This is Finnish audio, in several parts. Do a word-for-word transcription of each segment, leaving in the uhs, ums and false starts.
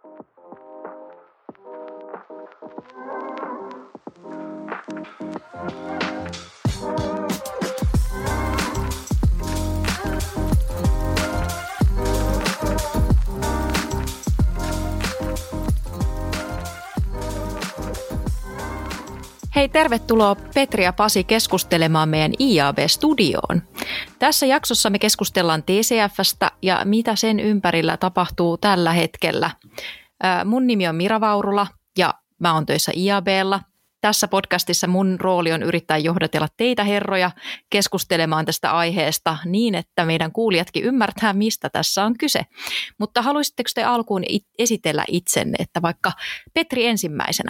Hei, tervetuloa Petri ja Pasi keskustelemaan meidän I A B-studioon. Tässä jaksossa me keskustellaan T C F:stä ja mitä sen ympärillä tapahtuu tällä hetkellä. Mun nimi on Mira Vaurula ja mä oon töissä I A B:lla. Tässä podcastissa mun rooli on yrittää johdatella teitä herroja keskustelemaan tästä aiheesta niin, että meidän kuulijatkin ymmärtää, mistä tässä on kyse. Mutta haluaisitteko te alkuun esitellä itsenne, että vaikka Petri ensimmäisenä?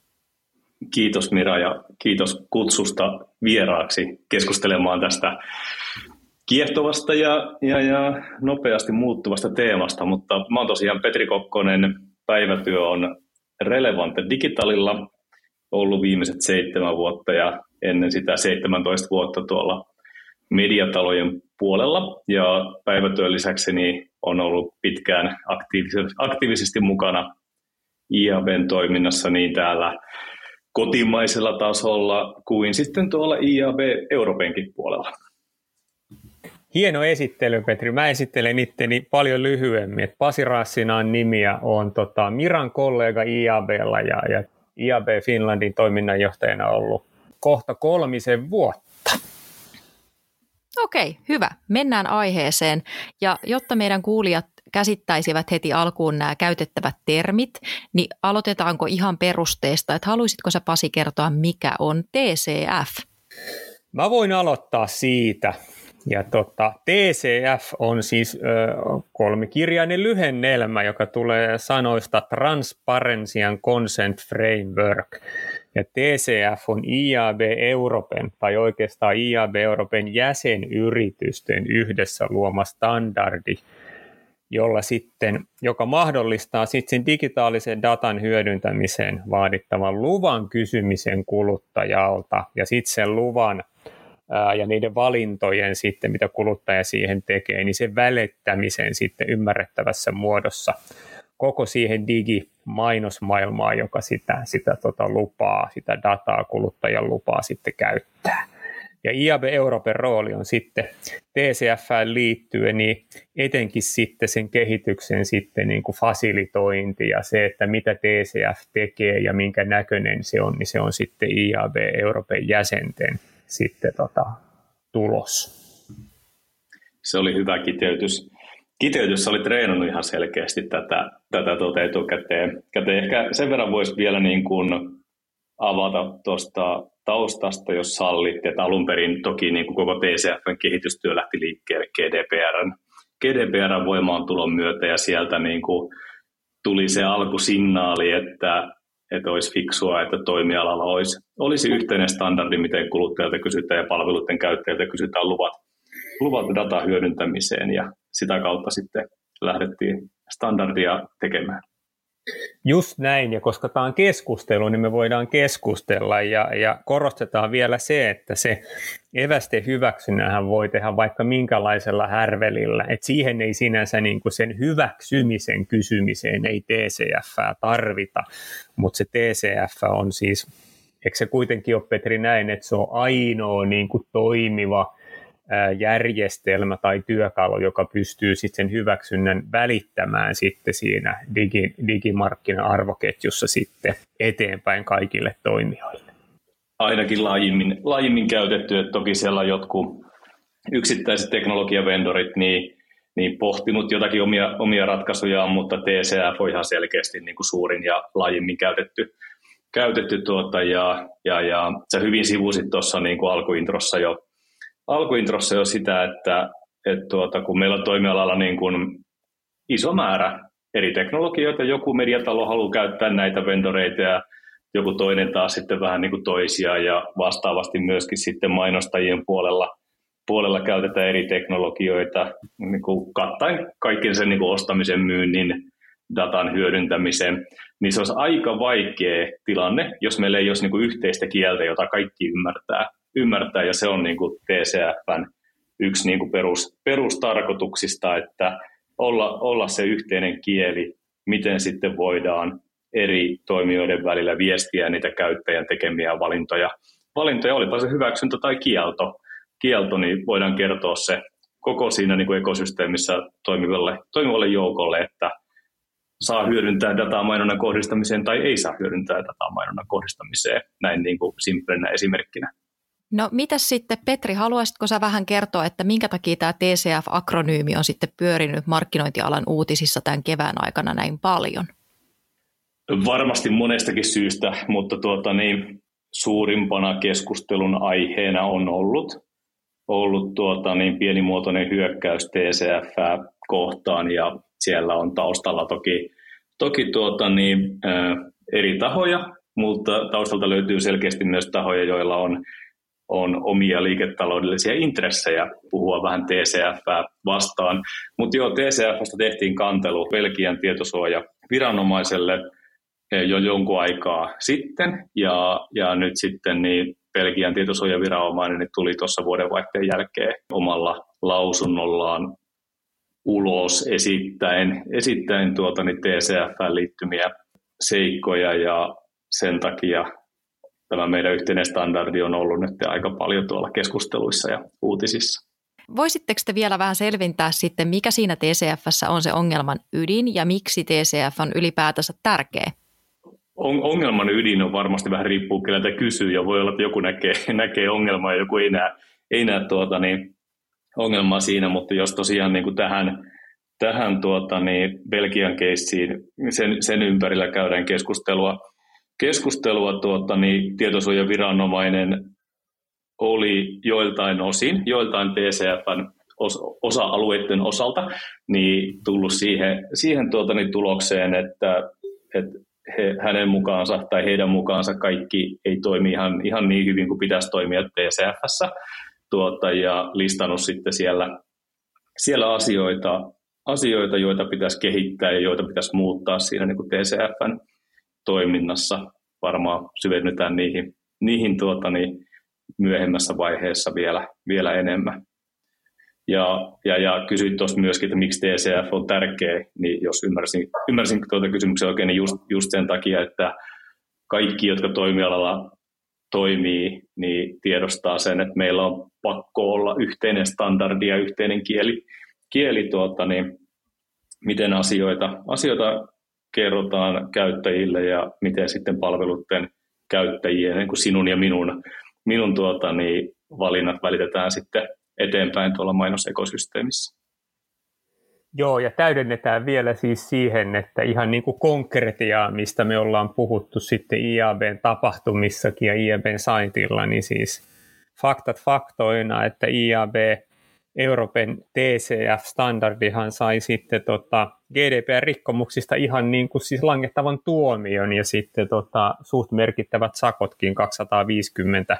Kiitos Mira ja kiitos kutsusta vieraaksi keskustelemaan tästä kiehtovasta ja, ja, ja nopeasti muuttuvasta teemasta, mutta mä oon tosiaan Petri Kokkonen, päivätyö on Relevante Digitalilla ollut viimeiset seitsemän vuotta ja ennen sitä seitsemäntoista vuotta tuolla mediatalojen puolella ja päivätyön lisäkseni on ollut pitkään aktiivisesti, aktiivisesti mukana I A B:n toiminnassa niin täällä kotimaisella tasolla kuin sitten tuolla I A B Europenkin puolella. Hieno esittely, Petri. Mä esittelen itteni paljon lyhyemmin. Et Pasi Raassinan nimiä on tota, Miran kollega I A B:lla ja, ja I A B Finlandin toiminnanjohtajana ollut kohta kolmisen vuotta. Okei, hyvä. Mennään aiheeseen. Ja jotta meidän kuulijat käsittäisivät heti alkuun nämä käytettävät termit, niin aloitetaanko ihan perusteesta, että haluaisitko sä Pasi kertoa, mikä on T C F? Mä voin aloittaa siitä. Ja tota, T C F on siis ö, kolmikirjainen lyhennelmä, joka tulee sanoista Transparency and Consent Framework. Ja T C F on I A B Europen, tai oikeastaan I A B Europen jäsenyritysten yhdessä luoma standardi, jolla sitten, joka mahdollistaa sitten sen digitaalisen datan hyödyntämiseen vaadittavan luvan kysymisen kuluttajalta ja sitten sen luvan ää, ja niiden valintojen sitten, mitä kuluttaja siihen tekee, niin sen välittämisen sitten ymmärrettävässä muodossa koko siihen digimainosmaailmaan, joka sitä, sitä tota lupaa, sitä dataa kuluttajan lupaa sitten käyttää. Ja I A B Europen rooli on sitten T C F:ään liittyen niin etenkin sitten sen kehityksen sitten niin kuin fasilitointi ja se, että mitä T C F tekee ja minkä näköinen se on, niin se on sitten I A B Europen jäsenten sitten tota, tulos. Se oli hyvä kiteytys. Kiteytys, sä olit treenannut ihan selkeästi tätä, tätä tuota etukäteen. Käteen ehkä sen verran voisi vielä niin kuin avata tuosta taustasta, jos sallit, että alun perin toki niin kuin koko T C F:n kehitystyö lähti liikkeelle G D P R:n, G D P R:n voimaantulon myötä ja sieltä niin kuin tuli se alkusignaali, että, että olisi fiksua, että toimialalla olisi, olisi yhteinen standardi, miten kuluttajilta kysytään ja palveluiden käyttäjiltä kysytään luvat, luvat datan hyödyntämiseen ja sitä kautta sitten lähdettiin standardia tekemään. Just näin, ja koska tämä on keskustelu, niin me voidaan keskustella ja, ja korostetaan vielä se, että se eväste hyväksynnähän voi tehdä vaikka minkälaisella härvelillä, että siihen ei sinänsä niin kuin sen hyväksymisen kysymiseen ei T C F:ää tarvita, mutta se T C F on siis, eikö se kuitenkin ole Petri näin, että se on ainoa niin kuin toimiva järjestelmä tai työkalu, joka pystyy sitten sen hyväksynnän välittämään sitten siinä digi, digimarkkina-arvoketjussa sitten eteenpäin kaikille toimijoille. Ainakin laajimmin, laajimmin käytetty, että toki siellä jotkut yksittäiset teknologiavendorit niin, niin pohtinut jotakin omia, omia ratkaisujaan, mutta T C F on ihan selkeästi niin kuin suurin ja laajimmin käytetty, käytetty tuota, ja, ja, ja sä hyvin sivusit tuossa niin kuin alkuintrossa jo Alkuintrossa jo sitä, että, että tuota, kun meillä on toimialalla niin kuin iso määrä eri teknologioita, joku mediatalo haluaa käyttää näitä vendoreita ja joku toinen taas sitten vähän niin kuin toisia ja vastaavasti myöskin sitten mainostajien puolella, puolella käytetään eri teknologioita niin kuin kattaen kaiken sen niin kuin ostamisen, myynnin, datan hyödyntämisen, niin se olisi aika vaikea tilanne, jos meillä ei olisi niin kuin yhteistä kieltä, jota kaikki ymmärtää. ymmärtää ja se on niin kuin T C F:n yksi niin kuin perus, perustarkoituksista, että olla, olla se yhteinen kieli miten sitten voidaan eri toimijoiden välillä viestiä niitä käyttäjän tekemiä valintoja. Valintoja, olipa se hyväksyntä tai kielto, kielto niin voidaan kertoa se koko siinä niin kuin ekosysteemissä toimivalle, toimivalle joukolle, että saa hyödyntää dataa mainonnan kohdistamiseen tai ei saa hyödyntää dataa mainonnan kohdistamiseen, näin niin kuin simppelinä esimerkkinä. No mitäs sitten, Petri, haluaisitko sä vähän kertoa, että minkä takia tämä T C F-akronyymi on sitten pyörinyt markkinointialan uutisissa tämän kevään aikana näin paljon? Varmasti monestakin syystä, mutta tuota, niin, suurimpana keskustelun aiheena on ollut, ollut tuota, niin, pienimuotoinen hyökkäys T C F:ää kohtaan, ja siellä on taustalla toki, toki tuota, niin, ä, eri tahoja, mutta taustalta löytyy selkeästi myös tahoja, joilla on, on omia liiketaloudellisia intressejä puhua vähän T C F:ää vastaan. Mutta joo, T C F:stä tehtiin kantelu Belgian tietosuojaviranomaiselle jo jonkun aikaa sitten, ja, ja nyt sitten niin Belgian tietosuojaviranomainen niin tuli tuossa vuodenvaihteen jälkeen omalla lausunnollaan ulos esittäen, esittäen tuota, niin T C F:ään liittymiä seikkoja, ja sen takia tämä meidän yhteinen standardi on ollut nyt aika paljon tuolla keskusteluissa ja uutisissa. Voisitteko te vielä vähän selventää sitten, mikä siinä T C F:ssä on se ongelman ydin ja miksi T C F on ylipäätänsä tärkeä? Ongelman ydin on varmasti vähän riippuu, keneltä kysyy, ja voi olla, että joku näkee, näkee ongelmaa ja joku ei näe, ei näe tuota, niin, ongelmaa siinä, mutta jos tosiaan niin kuin tähän, tähän tuota, niin Belgian keissiin, sen, sen ympärillä käydään keskustelua, keskustelua tuota, niin tietosuojaviranomainen oli joiltain osin, joiltain T C F:n osa-alueiden osalta, niin tullut siihen, siihen tuota, niin tulokseen, että, että he, hänen mukaansa tai heidän mukaansa kaikki ei toimi ihan, ihan niin hyvin kuin pitäisi toimia T C F:ssä, tuota, ja listannut sitten siellä, siellä asioita, asioita, joita pitäisi kehittää ja joita pitäisi muuttaa siinä niin kuin T C F:n toiminnassa. Varmaan syvennytään niihin, niihin tuota, niin myöhemmässä vaiheessa vielä, vielä enemmän. Ja, ja, ja kysyit tuosta myöskin, että miksi T C F on tärkeä, niin jos ymmärsin, ymmärsin tuota kysymyksen oikein, niin just, just sen takia, että kaikki, jotka toimialalla toimii, niin tiedostaa sen, että meillä on pakko olla yhteinen standardi ja yhteinen kieli, kieli tuota, niin miten asioita, asioita kerrotaan käyttäjille ja miten sitten palveluiden käyttäjien, niin kuin sinun ja minun, minun tuota, niin valinnat välitetään sitten eteenpäin tuolla mainosekosysteemissä. Joo, ja täydennetään vielä siis siihen, että ihan niin kuin konkretiaa, mistä me ollaan puhuttu sitten I A B:n tapahtumissakin ja I A B:n saitilla, niin siis faktat faktoina, että I A B Euroopan T C F-standardihan sai sitten tota G D P R-rikkomuksista ihan niin kuin siis langettavan tuomion ja sitten tota suht merkittävät sakotkin kaksisataaviisikymmentä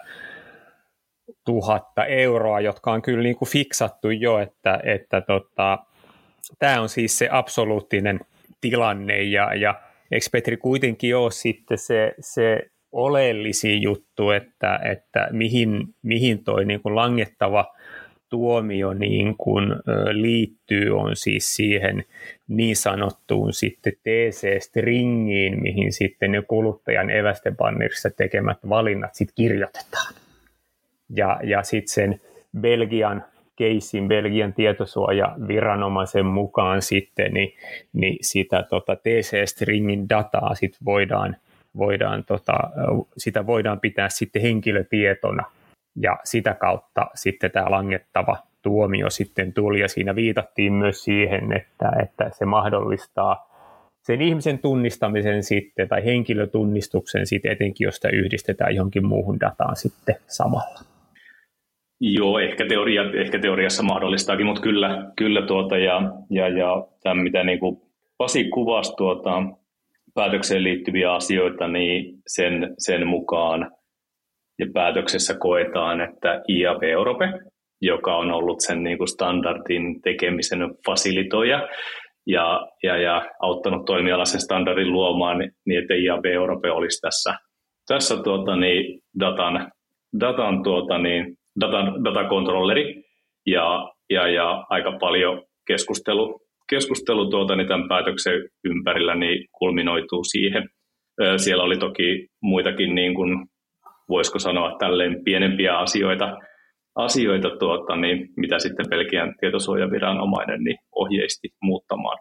tuhatta euroa, jotka on kyllä niin kuin fiksattu jo, että, että tota, tämä on siis se absoluuttinen tilanne ja, ja eikö Petri kuitenkin ole sitten se, se oleellisin juttu, että, että mihin, mihin toi niin kuin langettava tuomio niin kuin liittyy on siis siihen niin sanottuun sitten T C-stringiin, mihin sitten ne kuluttajan evästebannerissa tekemät valinnat sitten kirjoitetaan. Ja, ja sitten sen Belgian keissin, Belgian tietosuojaviranomaisen mukaan sitten, niin, niin sitä tota T C-stringin dataa sit voidaan, voidaan, tota, sitä voidaan pitää sitten henkilötietona. Ja sitä kautta sitten tämä langettava tuomio sitten tuli, ja siinä viitattiin myös siihen, että, että se mahdollistaa sen ihmisen tunnistamisen sitten, tai henkilötunnistuksen sitten, etenkin jos sitä yhdistetään johonkin muuhun dataan sitten samalla. Joo, ehkä, teoria, ehkä teoriassa mahdollistaakin, mutta kyllä, kyllä tuota, ja, ja, ja tämä mitä niin kuin Pasi kuvasi tuota, päätökseen liittyviä asioita, niin sen, sen mukaan ja päätöksessä koetaan, että I A B Europe, joka on ollut sen niin kuin standardin tekemisen fasilitoija ja, ja, ja auttanut toimialaisen standardin luomaan, niin että I A B Europe olisi tässä, tässä tuota, niin datan, datan, tuota, niin, datan, datakontrolleri ja, ja, ja aika paljon keskustelu, keskustelu tuota, niin tämän päätöksen ympärillä niin kulminoituu siihen. Siellä oli toki muitakin, niin kuin, voisiko sanoa, tälleen pienempiä asioita, asioita tuota, niin, mitä sitten Belgian tietosuojaviranomainen niin ohjeisti muuttamaan.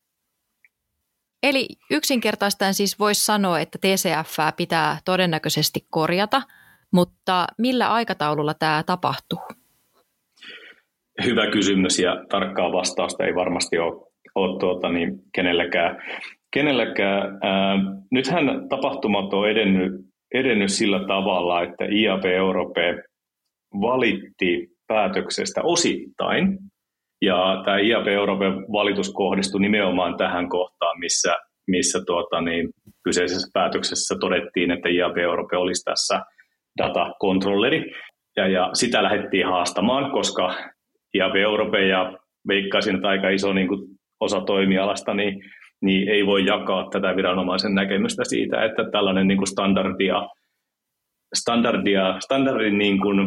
Eli yksinkertaistaan siis voisi sanoa, että T C F:ää pitää todennäköisesti korjata, mutta millä aikataululla tämä tapahtuu? Hyvä kysymys ja tarkkaa vastausta ei varmasti ole, ole tuota, niin kenelläkään. kenelläkään. Ää, nythän tapahtumat on edennyt, edennyt sillä tavalla, että I A B Europe valitti päätöksestä osittain. Ja tämä I A B Europe valitus kohdistui nimenomaan tähän kohtaan, missä, missä tuota, niin, kyseisessä päätöksessä todettiin, että I A B Europe olisi tässä datakontrolleri. Ja, ja sitä lähdettiin haastamaan, koska I A B Europe ja veikkaisin, että aika iso niin kuin osa toimialasta, niin, niin ei voi jakaa tätä viranomaisen näkemystä siitä, että tällainen niin kuin standardia, standardia, standardin niin kuin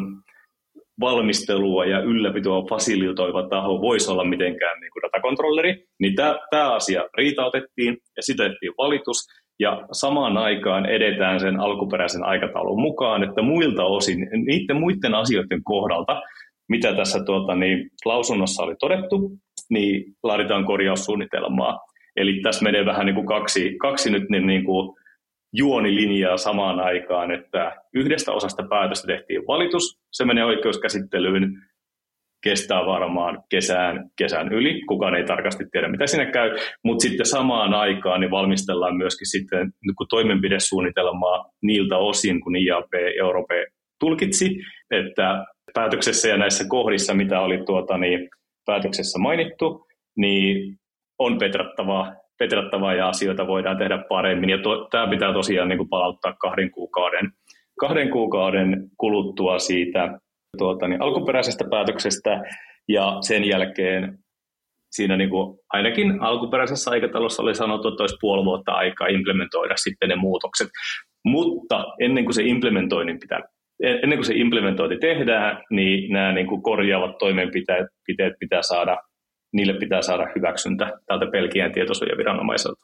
valmistelua ja ylläpitoa fasilitoiva taho voisi olla mitenkään niin kuin datakontrolleri, niin tämä, tämä asia riitautettiin ja sitettiin valitus, ja samaan aikaan edetään sen alkuperäisen aikataulun mukaan, että muilta osin, niiden muiden asioiden kohdalta, mitä tässä tuota, niin, lausunnossa oli todettu, niin laaditaan korjaussuunnitelmaa. Eli tässä menee vähän niin kuin kaksi, kaksi nyt niin, niin kuin juonilinjaa samaan aikaan, että yhdestä osasta päätöstä tehtiin valitus, se menee oikeuskäsittelyyn, kestää varmaan kesään, kesän yli, kukaan ei tarkasti tiedä, mitä siinä käy, mutta sitten samaan aikaan niin valmistellaan myöskin sitten niin kuin toimenpidesuunnitelmaa niiltä osin, kun I A B Europe tulkitsi, että päätöksessä ja näissä kohdissa, mitä oli tuota, niin, päätöksessä mainittu, niin on petrattavaa, petrattavaa ja asioita voidaan tehdä paremmin. Ja to, tämä pitää tosiaan niin kuin palauttaa kahden kuukauden, kahden kuukauden kuluttua siitä tuota, niin, alkuperäisestä päätöksestä, ja sen jälkeen siinä niin kuin ainakin alkuperäisessä aikataulussa oli sanottu, että olisi puoli vuotta aikaa implementoida sitten ne muutokset. Mutta ennen kuin se implementoinnin pitää Ennen kuin se implementointi tehdään, niin nämä niin kuin korjaavat toimenpiteet pitää saada, niille pitää saada hyväksyntä tältä Belgian tietosuojaviranomaiselta.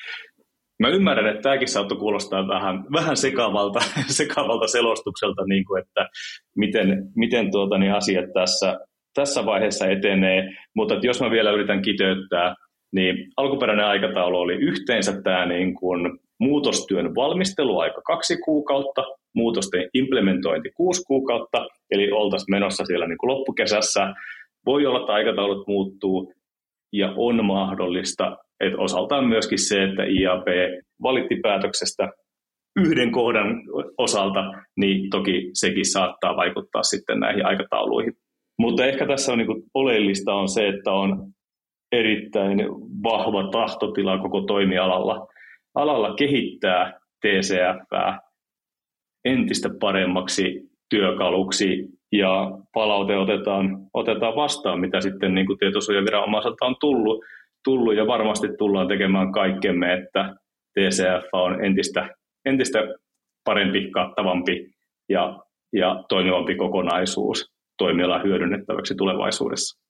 Mä ymmärrän, että tämäkin saattoi kuulostaa vähän, vähän sekavalta, sekavalta selostukselta, niin kuin, että miten, miten tuota, niin asiat tässä, tässä vaiheessa etenee, mutta jos mä vielä yritän kiteyttää, niin alkuperäinen aikataulu oli yhteensä tämä niin kuin muutostyön valmisteluaika kaksi kuukautta, muutosten implementointi kuusi kuukautta, eli oltaisiin menossa siellä niin kuin loppukesässä. Voi olla, että aikataulut muuttuu, ja on mahdollista, että osaltaan myöskin se, että I A B valitti päätöksestä yhden kohdan osalta, niin toki sekin saattaa vaikuttaa sitten näihin aikatauluihin. Mutta ehkä tässä on niin kuin oleellista on se, että on erittäin vahva tahtotila koko toimialalla alalla kehittää T C F:ää entistä paremmaksi työkaluksi, ja palaute otetaan, otetaan vastaan, mitä sitten niin kuin tietosuojaviranomaiselta on tullut, tullut, ja varmasti tullaan tekemään kaikkemme, että T C F on entistä, entistä parempi, kattavampi ja, ja toimivampi kokonaisuus toimialan hyödynnettäväksi tulevaisuudessa.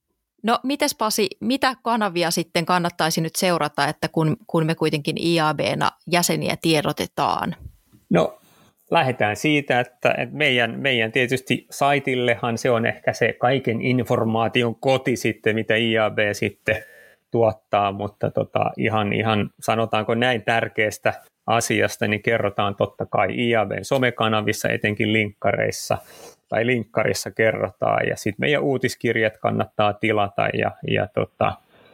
No mites Pasi, mitä kanavia sitten kannattaisi nyt seurata, että kun, kun me kuitenkin I A B:na jäseniä tiedotetaan? No lähdetään siitä, että, että meidän, meidän tietysti saitillehan se on ehkä se kaiken informaation koti sitten, mitä I A B sitten tuottaa, mutta tota, ihan, ihan sanotaanko näin tärkeästä asiasta, niin kerrotaan totta kai I A B:n somekanavissa, etenkin linkkareissa, tai linkkarissa kerrotaan, ja sitten meidän uutiskirjat kannattaa tilata, ja, ja tota,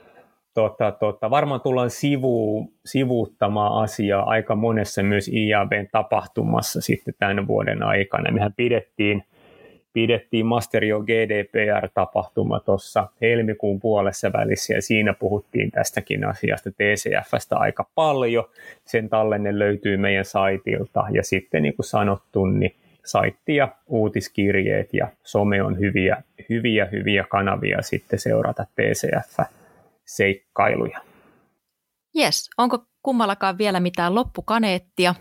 tota, tota, varmaan tullaan sivu, sivuuttamaan asiaa aika monessa myös I A B:n tapahtumassa sitten tämän vuoden aikana. Mehän pidettiin, pidettiin Masterio G D P R-tapahtuma tuossa helmikuun puolessa välissä, ja siinä puhuttiin tästäkin asiasta T C F:stä aika paljon. Sen tallenne löytyy meidän saitilta, ja sitten niin kuin sanottu, niin saitti ja uutiskirjeet ja some on hyviä, hyviä, hyviä kanavia sitten seurata T C F-seikkailuja. Jes, onko kummallakaan vielä mitään loppukaneettia?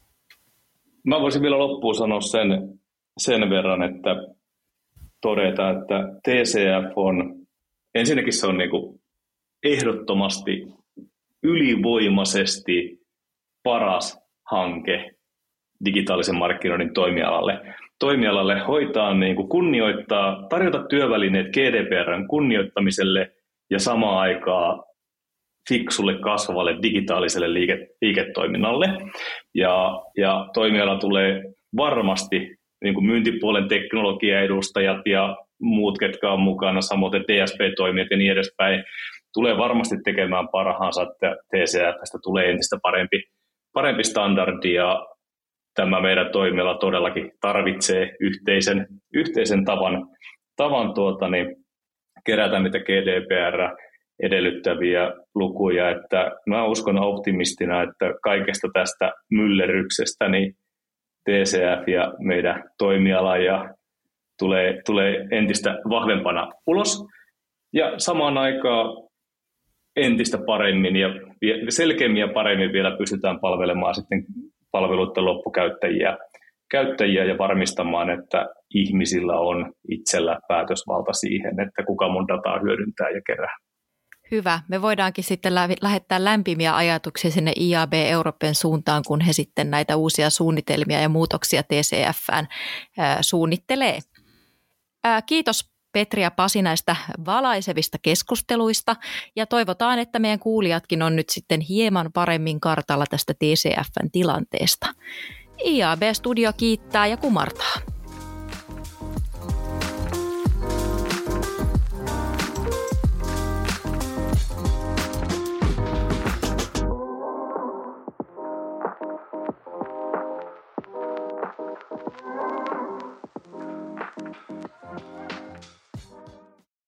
Mä voisin vielä loppuun sanoa sen, sen verran, että todeta, että T C F on, ensinnäkin se on niin kuin ehdottomasti ylivoimaisesti paras hanke digitaalisen markkinoinnin toimialalle. Toimialalle hoitaa, niin kuin kunnioittaa, tarjota työvälineet G D P R:n kunnioittamiselle ja samaan aikaan fiksulle kasvavalle digitaaliselle liike, liiketoiminnalle. Ja, ja toimiala tulee varmasti niin kuin myyntipuolen teknologiaedustajat ja muut, ketkä on mukana, samoin D S P-toimijat ja niin edespäin, tulee varmasti tekemään parhaansa, että T C F:stä tulee entistä parempi, parempi standardi, ja tämä meidän toimiala todellakin tarvitsee yhteisen, yhteisen tavan, tavan tuota, niin, kerätä niitä G D P R edellyttäviä lukuja, että mä uskon optimistina, että kaikesta tästä myllerryksestä niin T C F ja meidän toimiala ja tulee, tulee entistä vahvempana ulos, ja samaan aikaan entistä paremmin ja selkeämmin ja paremmin vielä pystytään palvelemaan sitten palveluiden loppukäyttäjiä käyttäjiä ja varmistamaan, että ihmisillä on itsellä päätösvalta siihen, että kuka mun dataa hyödyntää ja kerää. Hyvä. Me voidaankin sitten lähettää lämpimiä ajatuksia sinne I A B Euroopan suuntaan, kun he sitten näitä uusia suunnitelmia ja muutoksia T C F:ään suunnittelee. Kiitos Petri ja Pasi näistä valaisevista keskusteluista, ja toivotaan, että meidän kuulijatkin on nyt sitten hieman paremmin kartalla tästä T C F:n tilanteesta. I A B Studio kiittää ja kumartaa.